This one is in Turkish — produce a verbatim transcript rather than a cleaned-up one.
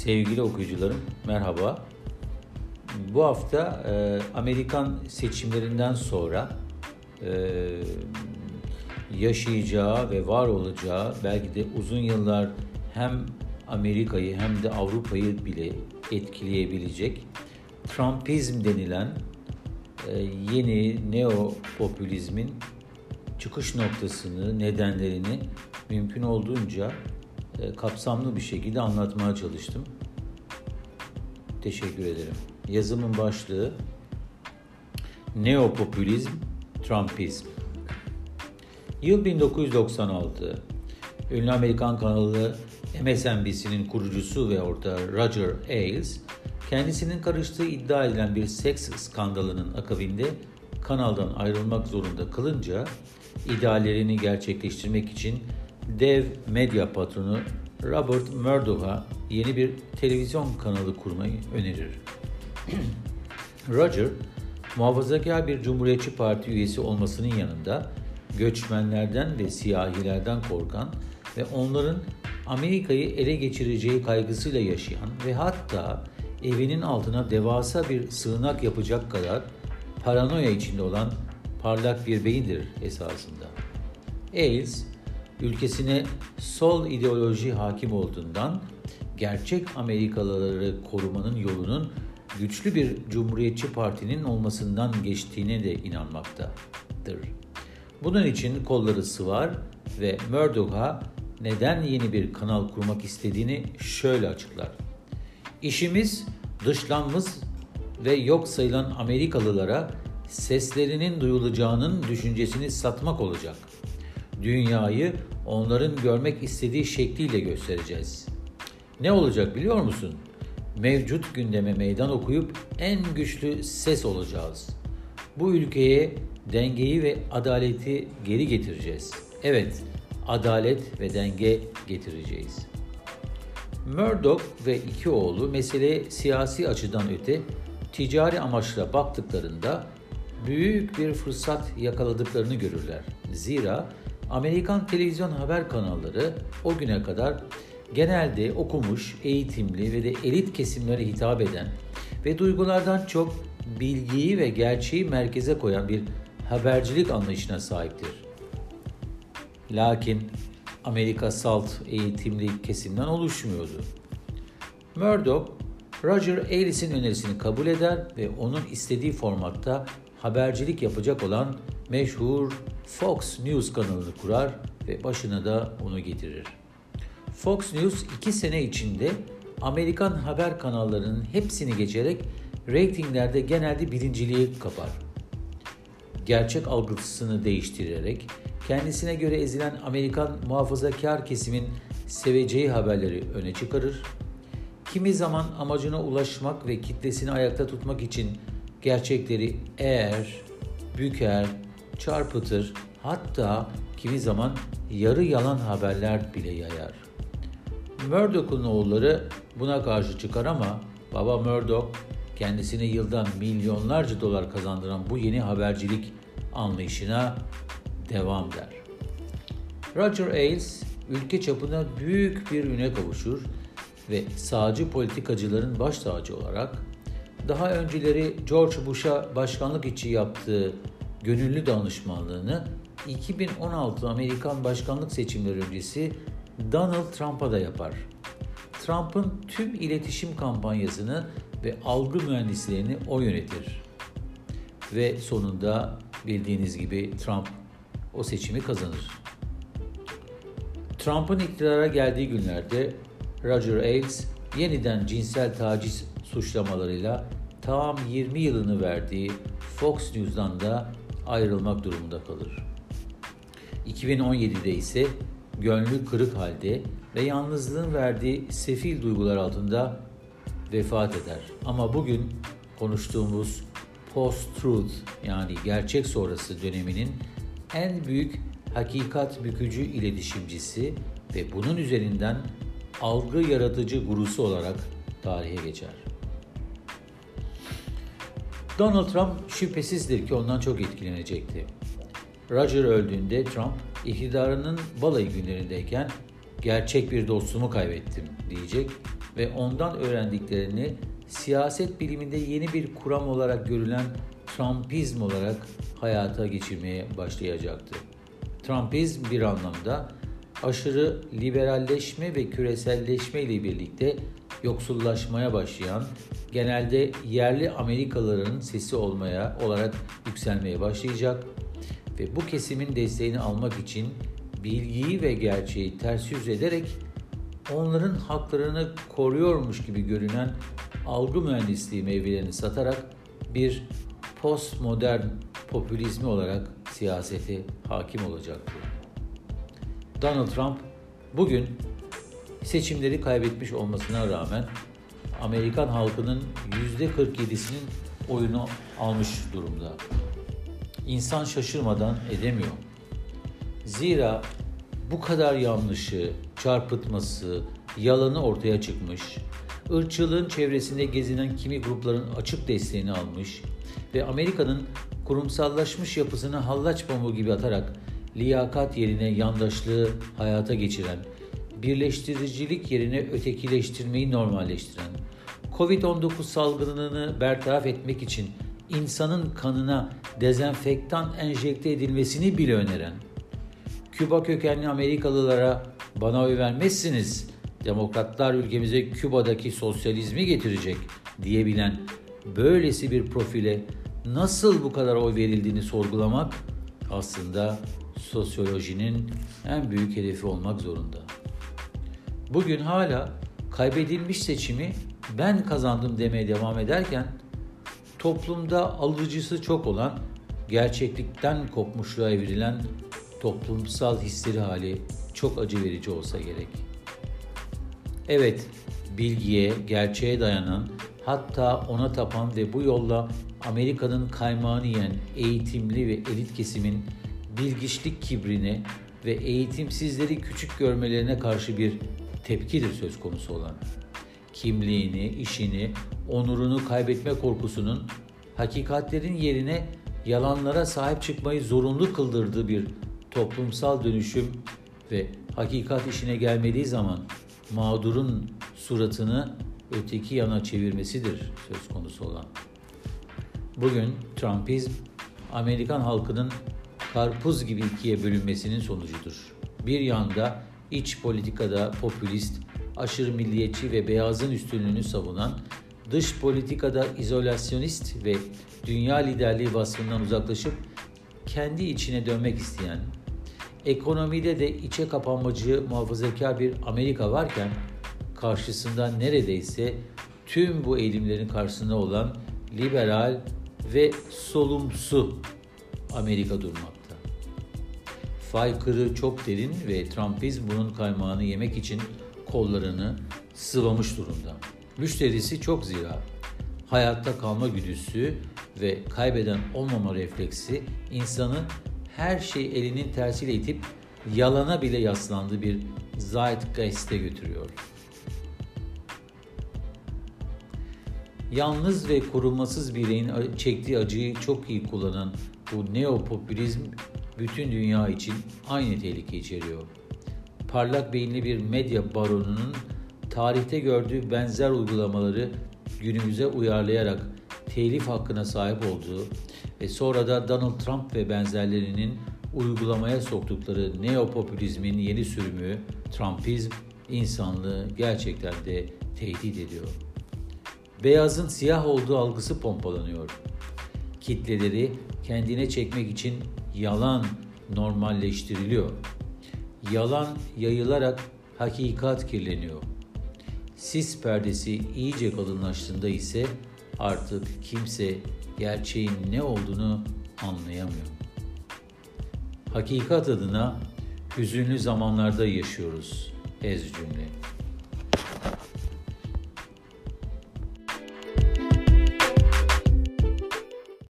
Sevgili okuyucularım, merhaba. Bu hafta e, Amerikan seçimlerinden sonra e, yaşayacağı ve var olacağı, belki de uzun yıllar hem Amerika'yı hem de Avrupa'yı bile etkileyebilecek Trumpizm denilen e, yeni neopopülizmin çıkış noktasını, nedenlerini mümkün olduğunca e, kapsamlı bir şekilde anlatmaya çalıştım. Teşekkür ederim. Yazımın başlığı Neopopülizm, Trumpizm. Yıl bin dokuz yüz doksan altı. Ünlü Amerikan kanalı M S N B C'nin kurucusu ve ortağı Roger Ailes, kendisinin karıştığı iddia edilen bir seks skandalının akabinde kanaldan ayrılmak zorunda kalınca ideallerini gerçekleştirmek için dev medya patronu Robert Murdoch'a yeni bir televizyon kanalı kurmayı önerir. Roger, muhafazakar bir Cumhuriyetçi Parti üyesi olmasının yanında göçmenlerden ve siyahilerden korkan ve onların Amerika'yı ele geçireceği kaygısıyla yaşayan ve hatta evinin altına devasa bir sığınak yapacak kadar paranoya içinde olan parlak bir beyindir esasında. Ailes, ülkesine sol ideoloji hakim olduğundan gerçek Amerikalıları korumanın yolunun güçlü bir Cumhuriyetçi Parti'nin olmasından geçtiğine de inanmaktadır. Bunun için kolları sıvar ve Murdoch'a neden yeni bir kanal kurmak istediğini şöyle açıklar. İşimiz dışlanmış ve yok sayılan Amerikalılara seslerinin duyulacağının düşüncesini satmak olacak. Dünyayı onların görmek istediği şekliyle göstereceğiz. Ne olacak biliyor musun? Mevcut gündeme meydan okuyup en güçlü ses olacağız. Bu ülkeye dengeyi ve adaleti geri getireceğiz. Evet, adalet ve denge getireceğiz. Murdoch ve iki oğlu meseleye siyasi açıdan öte ticari amaçla baktıklarında büyük bir fırsat yakaladıklarını görürler. Zira Amerikan televizyon haber kanalları o güne kadar genelde okumuş, eğitimli ve de elit kesimlere hitap eden ve duygulardan çok bilgiyi ve gerçeği merkeze koyan bir habercilik anlayışına sahiptir. Lakin Amerika salt eğitimli kesimden oluşmuyordu. Murdoch, Roger Ailes'in önerisini kabul eder ve onun istediği formatta habercilik yapacak olan meşhur Fox News kanalını kurar ve başına da onu getirir. Fox News iki sene içinde Amerikan haber kanallarının hepsini geçerek reytinglerde genelde birinciliği kapar. Gerçek algısını değiştirerek kendisine göre ezilen Amerikan muhafazakar kesimin seveceği haberleri öne çıkarır. Kimi zaman amacına ulaşmak ve kitlesini ayakta tutmak için gerçekleri eğer, büker, çarpıtır, hatta kimi zaman yarı yalan haberler bile yayar. Murdoch'un oğulları buna karşı çıkar ama baba Murdoch kendisine yılda milyonlarca dolar kazandıran bu yeni habercilik anlayışına devam der. Roger Ailes ülke çapında büyük bir üne kavuşur ve sağcı politikacıların baş tacı olarak daha önceleri George Bush'a başkanlık için yaptığı gönüllü danışmanlığını iki bin on altı Amerikan başkanlık seçimleri öncesi Donald Trump'a da yapar. Trump'ın tüm iletişim kampanyasını ve algı mühendislerini o yönetir. Ve sonunda bildiğiniz gibi Trump o seçimi kazanır. Trump'ın iktidara geldiği günlerde Roger Ailes yeniden cinsel taciz suçlamalarıyla tam yirmi yılını verdiği Fox News'dan da ayrılmak durumunda kalır. iki bin on yedide ise gönlü kırık halde ve yalnızlığın verdiği sefil duygular altında vefat eder. Ama bugün konuştuğumuz post-truth yani gerçek sonrası döneminin en büyük hakikat bükücü iletişimcisi ve bunun üzerinden algı yaratıcı gurusu olarak tarihe geçer. Donald Trump şüphesizdir ki ondan çok etkilenecekti. Roger öldüğünde Trump iktidarının balayı günlerindeyken gerçek bir dostumu kaybettim diyecek ve ondan öğrendiklerini siyaset biliminde yeni bir kuram olarak görülen Trumpizm olarak hayata geçirmeye başlayacaktı. Trumpizm bir anlamda aşırı liberalleşme ve küreselleşme ile birlikte yoksullaşmaya başlayan, genelde yerli Amerikalıların sesi olmaya olarak yükselmeye başlayacak ve bu kesimin desteğini almak için bilgiyi ve gerçeği ters yüz ederek onların haklarını koruyormuş gibi görünen algı mühendisliği meyvelerini satarak bir postmodern popülizmi olarak siyasete hakim olacaktır. Donald Trump bugün seçimleri kaybetmiş olmasına rağmen Amerikan halkının yüzde kırk yedisinin oyunu almış durumda. İnsan şaşırmadan edemiyor. Zira bu kadar yanlışı, çarpıtması, yalanı ortaya çıkmış, ırkçılığın çevresinde gezinen kimi grupların açık desteğini almış ve Amerika'nın kurumsallaşmış yapısını hallaç pamuğu gibi atarak liyakat yerine yandaşlığı hayata geçiren, birleştiricilik yerine ötekileştirmeyi normalleştiren, kovid on dokuz salgınını bertaraf etmek için insanın kanına dezenfektan enjekte edilmesini bile öneren, Küba kökenli Amerikalılara bana oy vermezsiniz, demokratlar ülkemize Küba'daki sosyalizmi getirecek diyebilen böylesi bir profile nasıl bu kadar oy verildiğini sorgulamak aslında sosyolojinin en büyük hedefi olmak zorunda. Bugün hala kaybedilmiş seçimi ben kazandım demeye devam ederken toplumda alıcısı çok olan, gerçeklikten kopmuşluğa evrilen toplumsal histeri hali çok acı verici olsa gerek. Evet, bilgiye, gerçeğe dayanan, hatta ona tapan ve bu yolla Amerika'nın kaymağını yiyen eğitimli ve elit kesimin bilgiçlik kibrine ve eğitimsizleri küçük görmelerine karşı bir tepkidir söz konusu olan. Kimliğini, işini, onurunu kaybetme korkusunun hakikatlerin yerine yalanlara sahip çıkmayı zorunlu kıldırdığı bir toplumsal dönüşüm ve hakikat işine gelmediği zaman mağdurun suratını öteki yana çevirmesidir söz konusu olan. Bugün Trumpizm, Amerikan halkının karpuz gibi ikiye bölünmesinin sonucudur. Bir yanda iç politikada popülist, aşırı milliyetçi ve beyazın üstünlüğünü savunan, dış politikada izolasyonist ve dünya liderliği vasfından uzaklaşıp kendi içine dönmek isteyen, ekonomide de içe kapanmacı, muhafazakar bir Amerika varken karşısında neredeyse tüm bu eğilimlerin karşısında olan liberal ve solumsu Amerika durmakta. Fay kırığı çok derin ve Trumpizm bunun kaymağını yemek için kollarını sıvamış durumda. Müşterisi çok zira. Hayatta kalma güdüsü ve kaybeden olmama refleksi insanı her şeyi elinin tersiyle itip yalana bile yaslandığı bir zeitgeist'e götürüyor. Yalnız ve korunmasız bireyin çektiği acıyı çok iyi kullanan bu neopopülizm bütün dünya için aynı tehlike içeriyor. Parlak beyinli bir medya baronunun tarihte gördüğü benzer uygulamaları günümüze uyarlayarak telif hakkına sahip olduğu ve sonra da Donald Trump ve benzerlerinin uygulamaya soktukları neopopülizmin yeni sürümü Trumpizm insanlığı gerçekten de tehdit ediyor. Beyazın siyah olduğu algısı pompalanıyor. Kitleleri kendine çekmek için yalan normalleştiriliyor. Yalan yayılarak hakikat kirleniyor. Sis perdesi iyice kalınlaştığında ise artık kimse gerçeğin ne olduğunu anlayamıyor. Hakikat adına hüzünlü zamanlarda yaşıyoruz ez cümle.